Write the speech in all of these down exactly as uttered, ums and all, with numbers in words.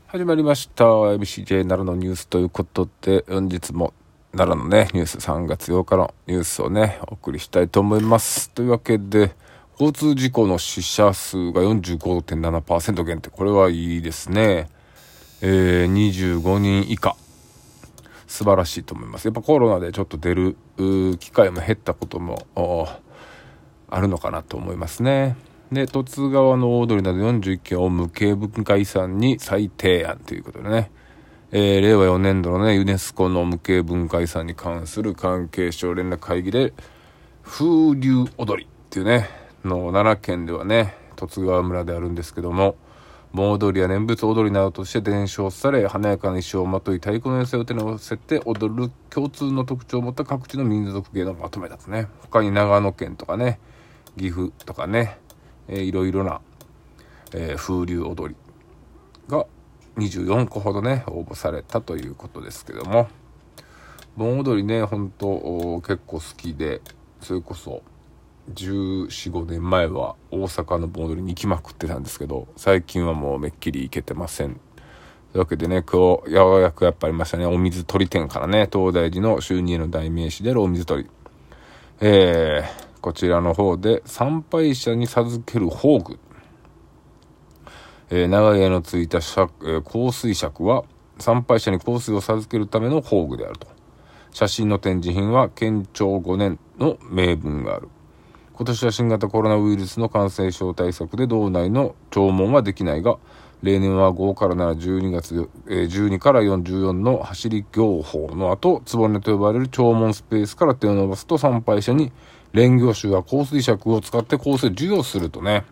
始まりました エムシージェー 奈良のニュースということで、本日も奈良のねニュース、さんがつようかのニュースをねお送りしたいと思います。というわけで、交通事故の死者数が よんじゅうごてんななパーセント 減って、これはいいですね。えー、にじゅうごにん以下、素晴らしいと思います。やっぱコロナでちょっと出る機会も減ったこともあるのかなと思いますね。で、十津川の大通りなどよんじゅういっけんを無形文化遺産に再提案ということでね、えー、れいわよねんどのねユネスコの無形文化遺産に関する関係省連絡会議で、風流踊りっていうねの奈良県ではね十津川村であるんですけども、盆踊りや念仏踊りなどとして伝承され、華やかな衣装をまとい太鼓の演奏を手に乗せて踊る共通の特徴を持った各地の民族芸のまとめだとね。他に長野県とかね、岐阜とかね、えー、いろいろな、えー、風流踊りがにじゅうよんこほどね応募されたということですけども、盆踊りね本当結構好きで、それこそじゅうよん、ごねんまえは大阪の盆踊りに行きまくってたんですけど、最近はもうめっきり行けてません。というわけでね、今日ようやくやっぱありましたね、お水取り店からね、東大寺の収入の代名詞であるお水取り、えーこちらの方で参拝者に授ける宝具、えー、長屋のついたしゃ、えー、香水杓は参拝者に香水を授けるための宝具であると。写真の展示品は建長ごねんの銘文がある。今年は新型コロナウイルスの感染症対策で道内の弔問はできないが、例年はごからなな、じゅうにがつ、えー、じゅうにからよん、じゅうよんの走り行法の後、つぼねと呼ばれる弔問スペースから手を伸ばすと、参拝者に蓮行衆は香水杓を使って香水を授与するとね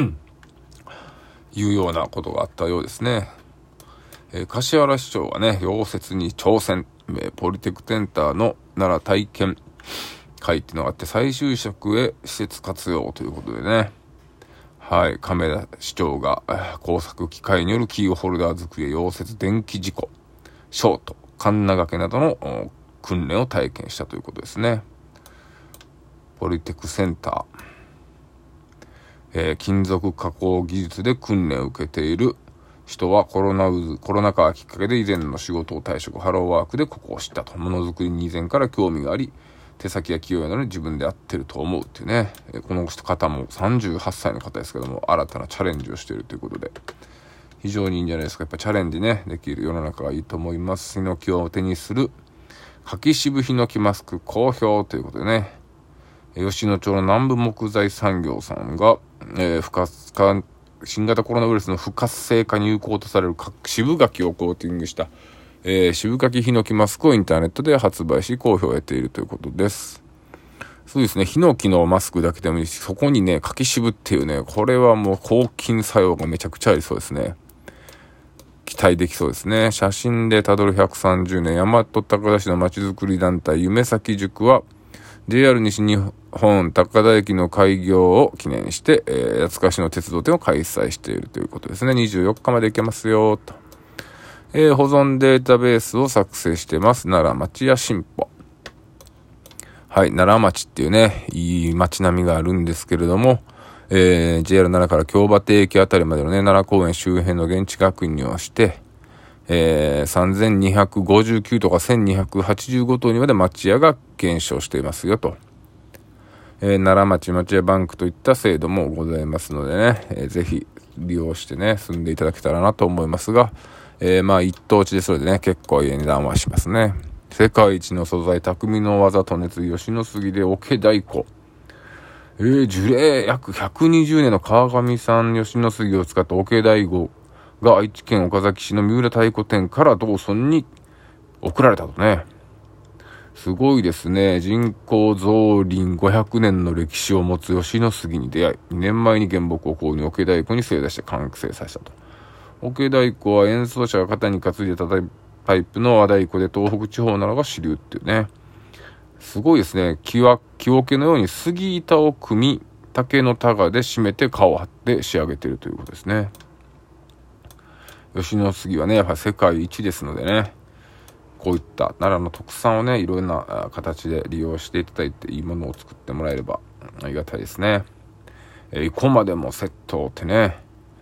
いうようなことがあったようですね。えー、柏原市長はね溶接に挑戦、えー、ポリテクテンターの奈良体験会っていうのがあって、最終杓へ施設活用ということでね、はい、亀田市長が工作機械によるキーホルダー作りや溶接、電気事故、ショート、カンナ掛けなどの訓練を体験したということですね。ポリテクセンター、えー、金属加工技術で訓練を受けている人はコロナウズコロナ禍がきっかけで以前の仕事を退職、ハローワークでここを知ったと。ものづくりに以前から興味があり、手先や器用なのに自分で合ってると思うっていうね、えー、この方もさんじゅうはっさいの方ですけども、新たなチャレンジをしているということで、非常にいいんじゃないですか。やっぱチャレンジねできる世の中がいいと思います。ヒノキを手にする柿渋ヒノキマスク好評ということでね、吉野町の南部木材産業さんが、えー、不活化新型コロナウイルスの不活性化に有効とされる渋柿をコーティングした、えー、渋柿ヒノキマスクをインターネットで発売し好評を得ているということです。そうですね、ヒノキのマスクだけでもいいし、そこにね柿渋っていうね、これはもう抗菌作用がめちゃくちゃありそうですね。期待できそうですね。写真でたどるひゃくさんじゅうねん、大和高田市のまちづくり団体夢咲塾は ジェイアール 西日本高田駅の開業を記念して、えー、八塚市の鉄道展を開催しているということですね。にじゅうよっかまで行けますよと、えー、保存データベースを作成してます。奈良町屋新報、はい、奈良町っていうねいい町並みがあるんですけれども、えー、ジェイアール 奈良から京橋駅あたりまでのね奈良公園周辺の現地確認をして、えー、さんぜんにひゃくごじゅうきゅうとかせんにひゃくはちじゅうごとうにまで町屋が減少していますよと、えー、奈良町町屋バンクといった制度もございますのでね、えー、ぜひ利用してね住んでいただけたらなと思いますが、えー、まあ一等地でそれでね結構値段はしますね。世界一の素材匠の技と熱意、吉野杉で桶太鼓、えー、樹齢約ひゃくにじゅうねんの川上産吉野杉を使った桶太鼓が愛知県岡崎市の三浦太鼓店から同村に送られたとね。すごいですね。人工造林ごひゃくねんの歴史を持つ吉野杉に出会い、にねんまえに原木を購入、桶太鼓に精出して完成させたと。桶太鼓は演奏者が肩に担いで叩いパイプの和太鼓で東北地方などが主流っていうね。すごいですね。木は木桶のように杉板を組み、竹のタガで締めて皮を張って仕上げているということですね。吉野杉はねやっぱり世界一ですのでね、こういった奈良の特産をねいろんな形で利用していただいて、いいものを作ってもらえればありがたいですね。えー、生駒でもセットってね、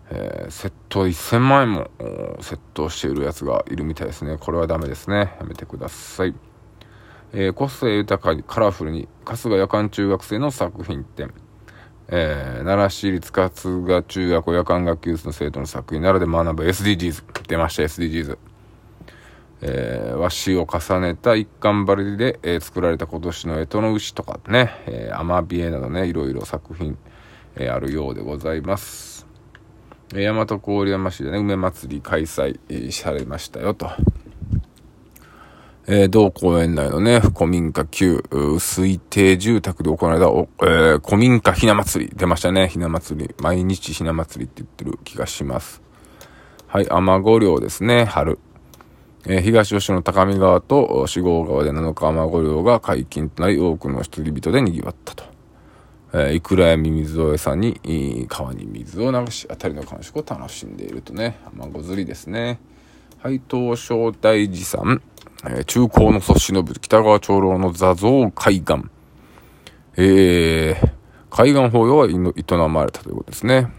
えー、窃盗せんまんえんも窃盗しているやつがいるみたいですね。これはダメですね。やめてください。えー、個性豊かにカラフルに春日夜間中学生の作品展、えー、奈良市立春日中学校夜間学級室の生徒の作品奈良で学ぶ エスディージーズ 出ました。 エスディージーズ、えー、和紙を重ねた一貫張りで、えー、作られた今年の干支の牛とかね、えー、アマビエなどねいろいろ作品、えー、あるようでございます。えー、大和郡山市でね梅祭り開催、えー、されましたよと。えー、同公園内のね、古民家旧推定住宅で行われたお、えー、古民家ひな祭り。出ましたね、ひな祭り。毎日ひな祭りって言ってる気がします。はい、雨御漁ですね、春。えー、東吉野の高見川と四郷川でなのか雨御漁が解禁となり、多くの一人々で賑わったと。えー、いくらやミミズを餌に、川に水を流し、あたりの感触を楽しんでいるとね、雨御釣りですね。はい、東照大寺山。えー、中高の祖師の北川長老の座像海岸。えー、海岸法要は営まれたということですね。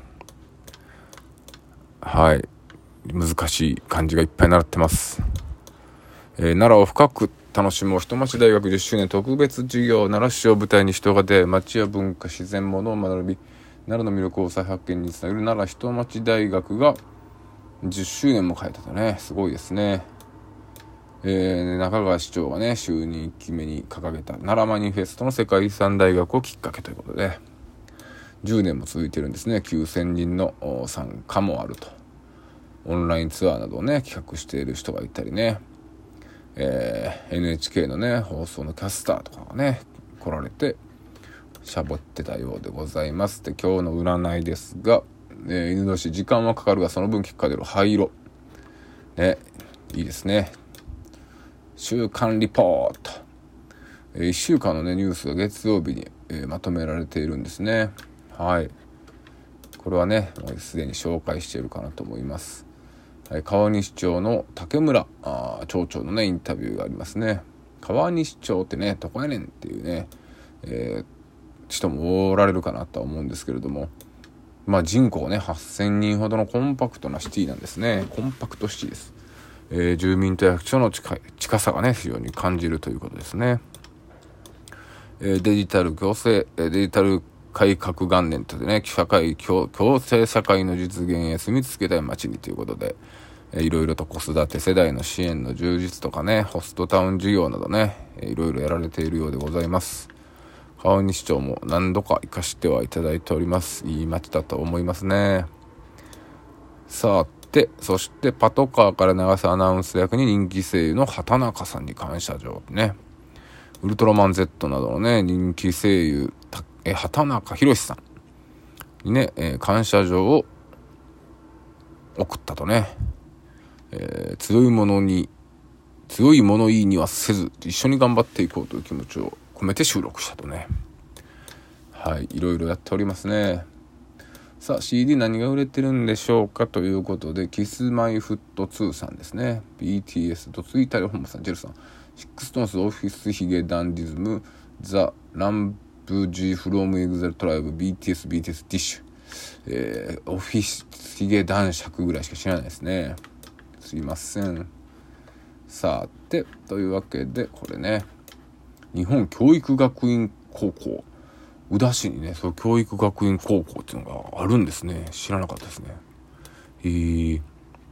はい。難しい漢字がいっぱい習ってます。えー、奈良を深く楽しむ人町大学じゅっしゅうねん特別授業、奈良市を舞台に人が出、町や文化、自然、物を学び、奈良の魅力を再発見につなげる奈良人町大学がじゅっしゅうねんも書いてたね。すごいですね。えー、中川市長がね就任いっきめに掲げた奈良マニフェストの世界遺産大学をきっかけということでじゅうねんも続いてるんですね。きゅうせんにんの参加もあると。オンラインツアーなどをね企画している人がいたりね、えー、エヌエイチケー のね放送のキャスターとかがね来られてしゃぼってたようでございます。で今日の占いですが、えー、犬年時間はかかるがその分結果出る灰色ね、いいですね。週刊リポート、えー、いっしゅうかんのねニュースが月曜日に、えー、まとめられているんですね。はい、これはねもうすでに紹介しているかなと思います。はい、川西町の竹村あ町長のねインタビューがありますね。川西町ってねどこやねんっていうね、えー、人もおられるかなとは思うんですけれども、まあ人口ねはっせんにんほどのコンパクトなシティなんですね。コンパクトシティです。えー、住民と役所の近い近さがね非常に感じるということですね。えー、デジタル行政、デジタル改革元年とでね社会共生社会の実現へ住み続けたい街にということで、えー、いろいろと子育て世代の支援の充実とかねホストタウン事業などね、えー、いろいろやられているようでございます。川西町も何度か行かしてはいただいております。いい街だと思いますね。さあでそしてパトカーから流すアナウンス役に人気声優の畑中さんに感謝状ね。ウルトラマン Z などのね人気声優え畑中宏さんにね、えー、感謝状を送ったとね、えー、強いものに強い物言いにはせず一緒に頑張っていこうという気持ちを込めて収録したとね。はい、いろいろやっておりますね。さあ シーディー 何が売れてるんでしょうかということで キスマイフットツーさんですね。 ビーティーエス とツイッターで本部さん、ジェルさん、シックストーンズ、オフィスヒゲダンディズム、ザ・ランプジフロムエグザルトライブ、 ビーティーエス ビーティーエス ディッシュ、えー、オフィスヒゲ男爵ぐらいしか知らないですね。すいません。さてというわけでこれね日本教育学院高校宇陀市にねそう教育学院高校っていうのがあるんですね。知らなかったですね。へー、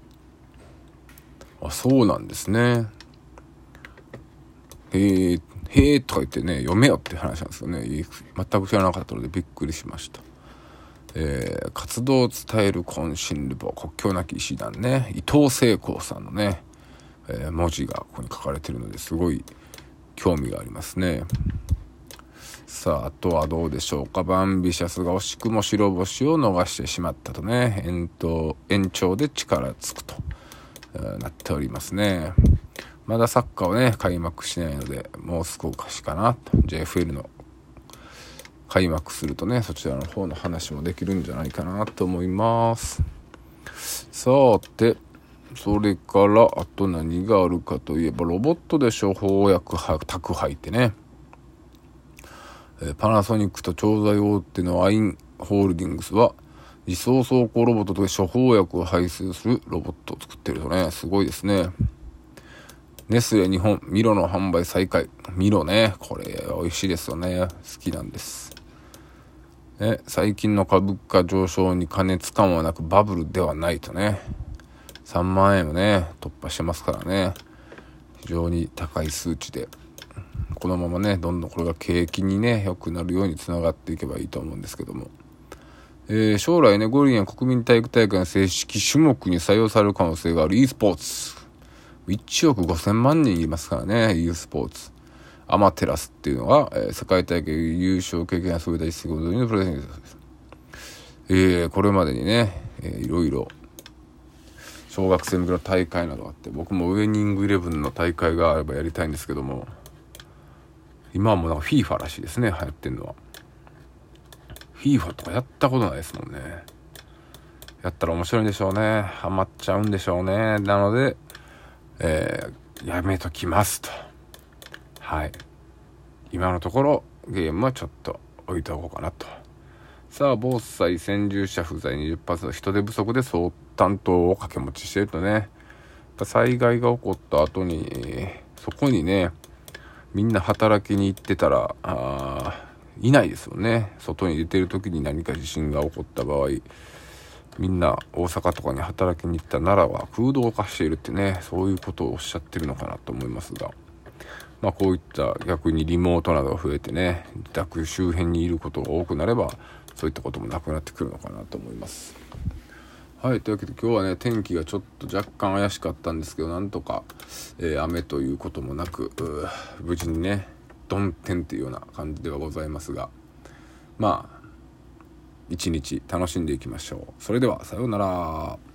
あ、そうなんですね。へーへーとか言ってね読めよって話なんですよね。全く知らなかったのでびっくりしました。えー、活動を伝える懇親ルポ国境なき医師団ね、伊藤聖光さんのね、えー、文字がここに書かれているのですごい興味がありますね。さああとはどうでしょうか。バンビシャスが惜しくも白星を逃してしまったとね、延長延長で力つくと、えー、なっておりますね。まだサッカーはね開幕しないのでもう少しかなと。 ジェイエフエル の開幕するとねそちらの方の話もできるんじゃないかなと思います。さてそれからあと何があるかといえばロボットで処方薬宅配ってね、えー、パナソニックと調剤大手のアインホールディングスは自走走行ロボットと処方薬を排出するロボットを作ってるとね、すごいですね。ネスレ日本、ミロの販売再開。ミロね、これ美味しいですよね。好きなんです。ね、最近の株価上昇に金つかもなくバブルではないとね。さんまんえんをね、突破してますからね。非常に高い数値で。このままね、どんどんこれが景気にね、良くなるようにつながっていけばいいと思うんですけども。えー、将来ね、五輪や国民体育大会の正式種目に採用される可能性がある e スポーツ。いちおくごせんまんにんいますからね、e スポーツ。アマテラスっていうのが、えー、世界大会優勝経験や優れた実績をのプレゼントです。えー、これまでにね、えー、いろいろ小学生向けの大会などあって、僕もウエニングイレブンの大会があればやりたいんですけども、今はもうなんか FIFA らしいですね、流行ってんのは。FIFA とかやったことないですもんね。やったら面白いんでしょうね。ハマっちゃうんでしょうね。なので、えー、やめときますと。はい。今のところゲームはちょっと置いておこうかなと。さあ、防災先住者不在 にじゅっパーセント 人手不足で総担当を掛け持ちしてるとね、やっぱ災害が起こった後に、えー、そこにね、みんな働きに行ってたら、あいないですよね。外に出てる時に何か地震が起こった場合、みんな大阪とかに働きに行った奈良は空洞化しているってね、そういうことをおっしゃってるのかなと思いますが、まあこういった逆にリモートなどが増えてね、自宅周辺にいることが多くなれば、そういったこともなくなってくるのかなと思います。はい、というわけで今日はね、天気がちょっと若干怪しかったんですけど、なんとか、えー、雨ということもなく、無事にね、ドンテンというような感じではございますが、まあ一日楽しんでいきましょう。それではさようなら。